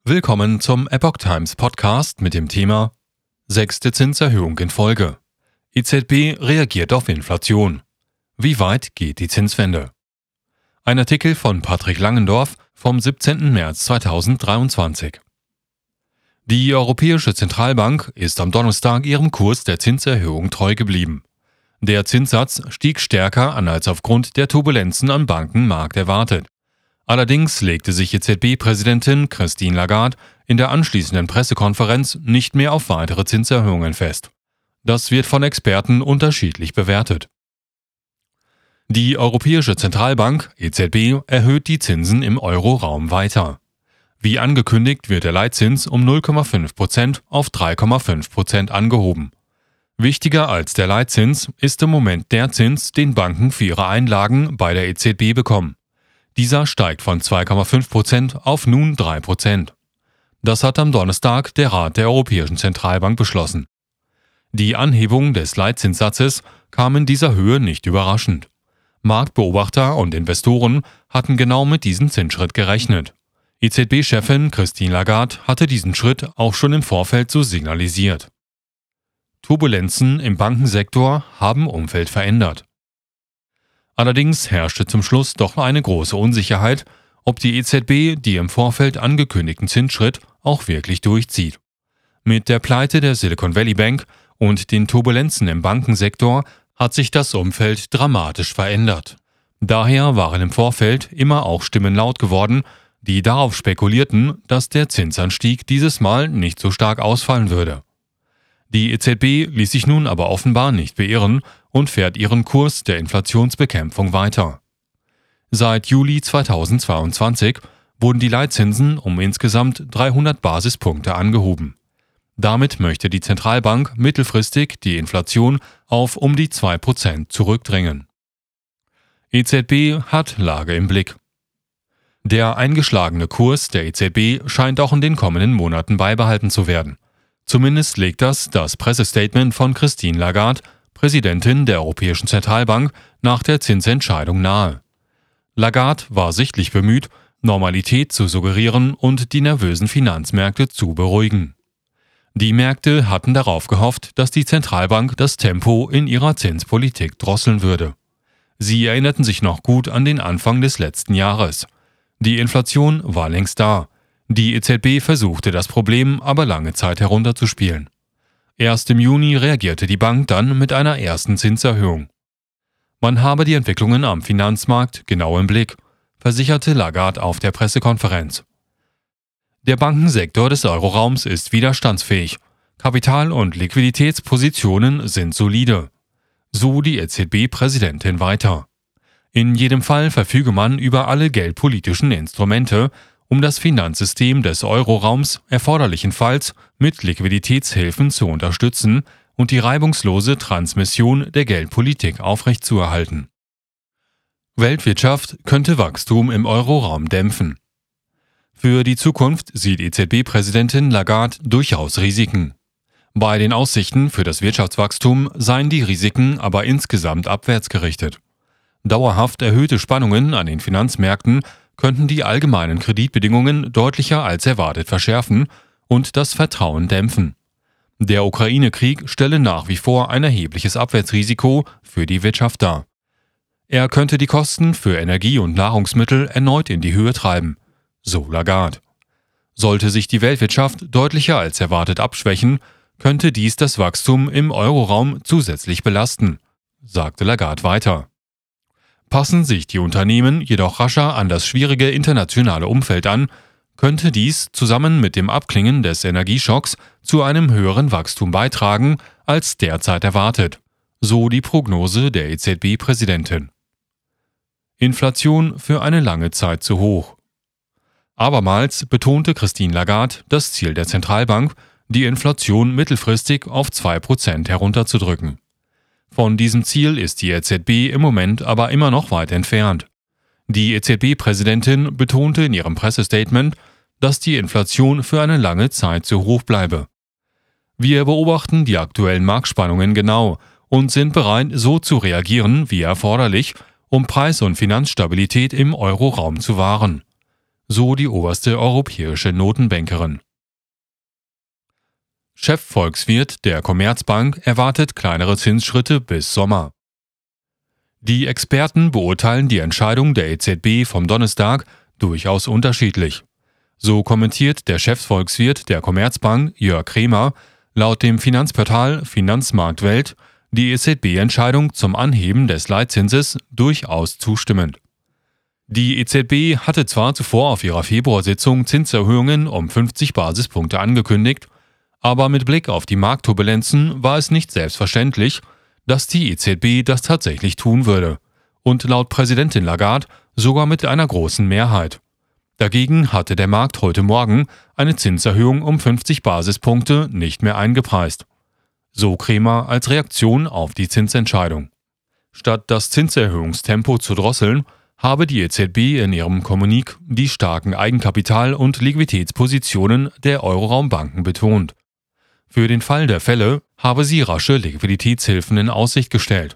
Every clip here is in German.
Willkommen zum Epoch Times Podcast mit dem Thema 6. Zinserhöhung in Folge. EZB reagiert auf Inflation. Wie weit geht die Zinswende? Ein Artikel von Patrick Langendorf vom 17. März 2023. Die Europäische Zentralbank ist am Donnerstag ihrem Kurs der Zinserhöhung treu geblieben. Der Zinssatz stieg stärker an als aufgrund der Turbulenzen am Bankenmarkt erwartet. Allerdings legte sich EZB-Präsidentin Christine Lagarde in der anschließenden Pressekonferenz nicht mehr auf weitere Zinserhöhungen fest. Das wird von Experten unterschiedlich bewertet. Die Europäische Zentralbank EZB erhöht die Zinsen im Euroraum weiter. Wie angekündigt wird der Leitzins um 0,5% auf 3,5% angehoben. Wichtiger als der Leitzins ist im Moment der Zins, den Banken für ihre Einlagen bei der EZB bekommen. Dieser steigt von 2,5% auf nun 3%. Das hat am Donnerstag der Rat der Europäischen Zentralbank beschlossen. Die Anhebung des Leitzinssatzes kam in dieser Höhe nicht überraschend. Marktbeobachter und Investoren hatten genau mit diesem Zinsschritt gerechnet. EZB-Chefin Christine Lagarde hatte diesen Schritt auch schon im Vorfeld so signalisiert. Turbulenzen im Bankensektor haben Umfeld verändert. Allerdings herrschte zum Schluss doch eine große Unsicherheit, ob die EZB die im Vorfeld angekündigten Zinsschritt auch wirklich durchzieht. Mit der Pleite der Silicon Valley Bank und den Turbulenzen im Bankensektor hat sich das Umfeld dramatisch verändert. Daher waren im Vorfeld immer auch Stimmen laut geworden, die darauf spekulierten, dass der Zinsanstieg dieses Mal nicht so stark ausfallen würde. Die EZB ließ sich nun aber offenbar nicht beirren und fährt ihren Kurs der Inflationsbekämpfung weiter. Seit Juli 2022 wurden die Leitzinsen um insgesamt 300 Basispunkte angehoben. Damit möchte die Zentralbank mittelfristig die Inflation auf um die 2% zurückdrängen. EZB hat Lage im Blick. Der eingeschlagene Kurs der EZB scheint auch in den kommenden Monaten beibehalten zu werden. Zumindest legt das Pressestatement von Christine Lagarde, Präsidentin der Europäischen Zentralbank, nach der Zinsentscheidung nahe. Lagarde war sichtlich bemüht, Normalität zu suggerieren und die nervösen Finanzmärkte zu beruhigen. Die Märkte hatten darauf gehofft, dass die Zentralbank das Tempo in ihrer Zinspolitik drosseln würde. Sie erinnerten sich noch gut an den Anfang des letzten Jahres. Die Inflation war längst da. Die EZB versuchte das Problem aber lange Zeit herunterzuspielen. Erst im Juni reagierte die Bank dann mit einer ersten Zinserhöhung. Man habe die Entwicklungen am Finanzmarkt genau im Blick, versicherte Lagarde auf der Pressekonferenz. Der Bankensektor des Euroraums ist widerstandsfähig. Kapital- und Liquiditätspositionen sind solide. So die EZB-Präsidentin weiter. In jedem Fall verfüge man über alle geldpolitischen Instrumente, um das Finanzsystem des Euroraums erforderlichenfalls mit Liquiditätshilfen zu unterstützen und die reibungslose Transmission der Geldpolitik aufrechtzuerhalten. Weltwirtschaft könnte Wachstum im Euroraum dämpfen. Für die Zukunft sieht EZB-Präsidentin Lagarde durchaus Risiken. Bei den Aussichten für das Wirtschaftswachstum seien die Risiken aber insgesamt abwärts gerichtet. Dauerhaft erhöhte Spannungen an den Finanzmärkten könnten die allgemeinen Kreditbedingungen deutlicher als erwartet verschärfen und das Vertrauen dämpfen. Der Ukraine-Krieg stelle nach wie vor ein erhebliches Abwärtsrisiko für die Wirtschaft dar. Er könnte die Kosten für Energie und Nahrungsmittel erneut in die Höhe treiben, so Lagarde. Sollte sich die Weltwirtschaft deutlicher als erwartet abschwächen, könnte dies das Wachstum im Euroraum zusätzlich belasten, sagte Lagarde weiter. Passen sich die Unternehmen jedoch rascher an das schwierige internationale Umfeld an, könnte dies zusammen mit dem Abklingen des Energieschocks zu einem höheren Wachstum beitragen als derzeit erwartet, so die Prognose der EZB-Präsidentin. Inflation für eine lange Zeit zu hoch. Abermals betonte Christine Lagarde das Ziel der Zentralbank, die Inflation mittelfristig auf 2% herunterzudrücken. Von diesem Ziel ist die EZB im Moment aber immer noch weit entfernt. Die EZB-Präsidentin betonte in ihrem Pressestatement, dass die Inflation für eine lange Zeit zu hoch bleibe. Wir beobachten die aktuellen Marktspannungen genau und sind bereit, so zu reagieren wie erforderlich, um Preis- und Finanzstabilität im Euroraum zu wahren. so die oberste europäische Notenbankerin. Chefvolkswirt der Commerzbank erwartet kleinere Zinsschritte bis Sommer. Die Experten beurteilen die Entscheidung der EZB vom Donnerstag durchaus unterschiedlich. So kommentiert der Chefvolkswirt der Commerzbank, Jörg Kremer, laut dem Finanzportal Finanzmarktwelt die EZB-Entscheidung zum Anheben des Leitzinses durchaus zustimmend. Die EZB hatte zwar zuvor auf ihrer Februarsitzung Zinserhöhungen um 50 Basispunkte angekündigt, aber mit Blick auf die Marktturbulenzen war es nicht selbstverständlich, dass die EZB das tatsächlich tun würde, und laut Präsidentin Lagarde sogar mit einer großen Mehrheit. Dagegen hatte der Markt heute Morgen eine Zinserhöhung um 50 Basispunkte nicht mehr eingepreist. So Kremer als Reaktion auf die Zinsentscheidung. Statt das Zinserhöhungstempo zu drosseln, habe die EZB in ihrem Kommunique die starken Eigenkapital- und Liquiditätspositionen der Euroraumbanken betont. Für den Fall der Fälle habe sie rasche Liquiditätshilfen in Aussicht gestellt.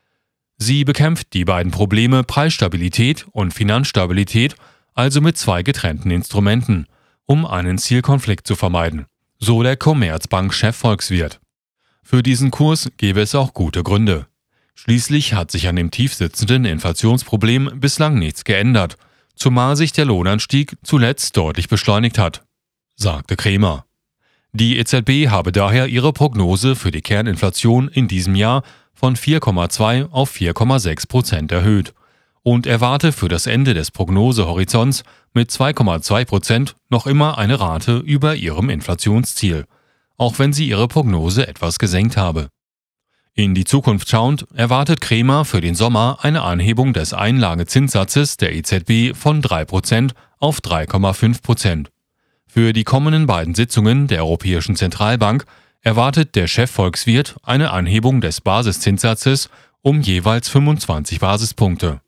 Sie bekämpft die beiden Probleme Preisstabilität und Finanzstabilität also mit zwei getrennten Instrumenten, um einen Zielkonflikt zu vermeiden, so der Commerzbank-Chefvolkswirt. Für diesen Kurs gäbe es auch gute Gründe. Schließlich hat sich an dem tief sitzenden Inflationsproblem bislang nichts geändert, zumal sich der Lohnanstieg zuletzt deutlich beschleunigt hat, sagte Kremer. Die EZB habe daher ihre Prognose für die Kerninflation in diesem Jahr von 4,2 auf 4,6% erhöht und erwarte für das Ende des Prognosehorizonts mit 2,2% noch immer eine Rate über ihrem Inflationsziel, auch wenn sie ihre Prognose etwas gesenkt habe. In die Zukunft schauend erwartet Kremer für den Sommer eine Anhebung des Einlagezinssatzes der EZB von 3% auf 3,5%. Für die kommenden beiden Sitzungen der Europäischen Zentralbank erwartet der Chefvolkswirt eine Anhebung des Basiszinssatzes um jeweils 25 Basispunkte.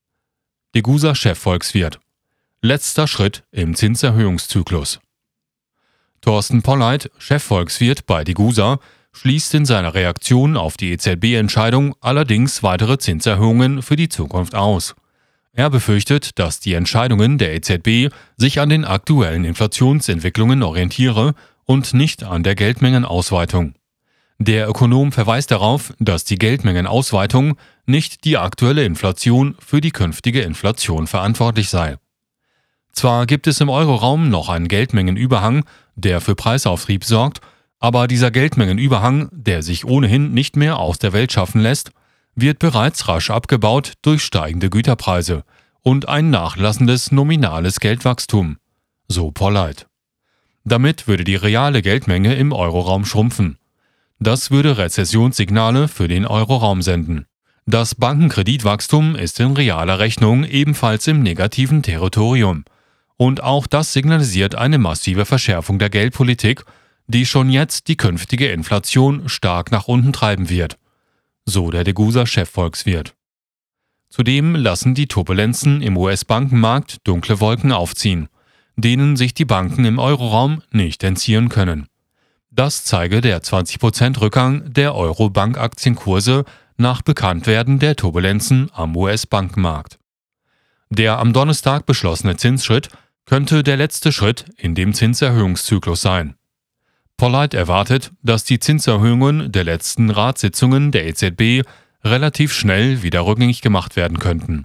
Degussa-Chefvolkswirt: Letzter Schritt im Zinserhöhungszyklus. Thorsten Polleit, Chefvolkswirt bei Degussa, schließt in seiner Reaktion auf die EZB-Entscheidung allerdings weitere Zinserhöhungen für die Zukunft aus. Er befürchtet, dass die Entscheidungen der EZB sich an den aktuellen Inflationsentwicklungen orientiere und nicht an der Geldmengenausweitung. Der Ökonom verweist darauf, dass die Geldmengenausweitung nicht die aktuelle Inflation für die künftige Inflation verantwortlich sei. Zwar gibt es im Euroraum noch einen Geldmengenüberhang, der für Preisauftrieb sorgt, aber dieser Geldmengenüberhang, der sich ohnehin nicht mehr aus der Welt schaffen lässt, wird bereits rasch abgebaut durch steigende Güterpreise und ein nachlassendes nominales Geldwachstum, so Polleit. Damit würde die reale Geldmenge im Euroraum schrumpfen. Das würde Rezessionssignale für den Euroraum senden. Das Bankenkreditwachstum ist in realer Rechnung ebenfalls im negativen Territorium. Und auch das signalisiert eine massive Verschärfung der Geldpolitik, die schon jetzt die künftige Inflation stark nach unten treiben wird, so der Degussa-Chefvolkswirt. Zudem lassen die Turbulenzen im US-Bankenmarkt dunkle Wolken aufziehen, denen sich die Banken im Euroraum nicht entziehen können. Das zeige der 20% Rückgang der Euro-Bank-Aktienkurse nach Bekanntwerden der Turbulenzen am US-Bankenmarkt. Der am Donnerstag beschlossene Zinsschritt könnte der letzte Schritt in dem Zinserhöhungszyklus sein. Polleit erwartet, dass die Zinserhöhungen der letzten Ratssitzungen der EZB relativ schnell wieder rückgängig gemacht werden könnten.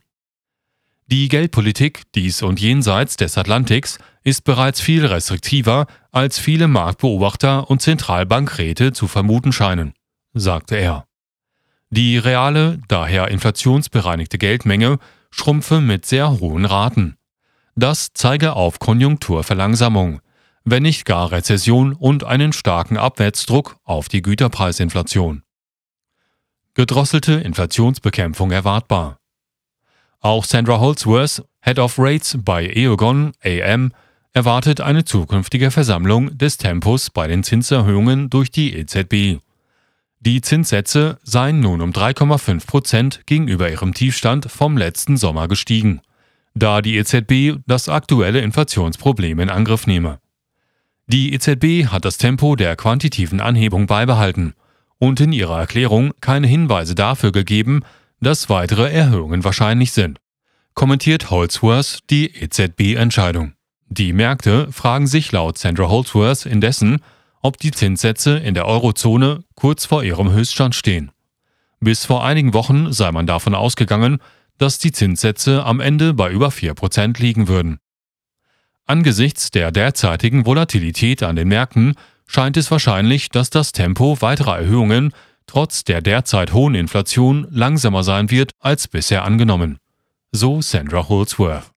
Die Geldpolitik dies und jenseits des Atlantiks ist bereits viel restriktiver, als viele Marktbeobachter und Zentralbankräte zu vermuten scheinen, sagte er. Die reale, daher inflationsbereinigte Geldmenge schrumpfe mit sehr hohen Raten. Das zeige auf Konjunkturverlangsamung, wenn nicht gar Rezession und einen starken Abwärtsdruck auf die Güterpreisinflation. Gedrosselte Inflationsbekämpfung erwartbar. Auch Sandra Holdsworth, Head of Rates bei Aegon AM, erwartet eine zukünftige Versammlung des Tempos bei den Zinserhöhungen durch die EZB. Die Zinssätze seien nun um 3,5% gegenüber ihrem Tiefstand vom letzten Sommer gestiegen, da die EZB das aktuelle Inflationsproblem in Angriff nehme. Die EZB hat das Tempo der quantitativen Anhebung beibehalten und in ihrer Erklärung keine Hinweise dafür gegeben, dass weitere Erhöhungen wahrscheinlich sind. kommentiert Holdsworth die EZB-Entscheidung. Die Märkte fragen sich laut Sandra Holdsworth indessen, ob die Zinssätze in der Eurozone kurz vor ihrem Höchststand stehen. Bis vor einigen Wochen sei man davon ausgegangen, dass die Zinssätze am Ende bei über 4% liegen würden. Angesichts der derzeitigen Volatilität an den Märkten scheint es wahrscheinlich, dass das Tempo weiterer Erhöhungen trotz der derzeit hohen Inflation langsamer sein wird als bisher angenommen. So Sandra Holdsworth.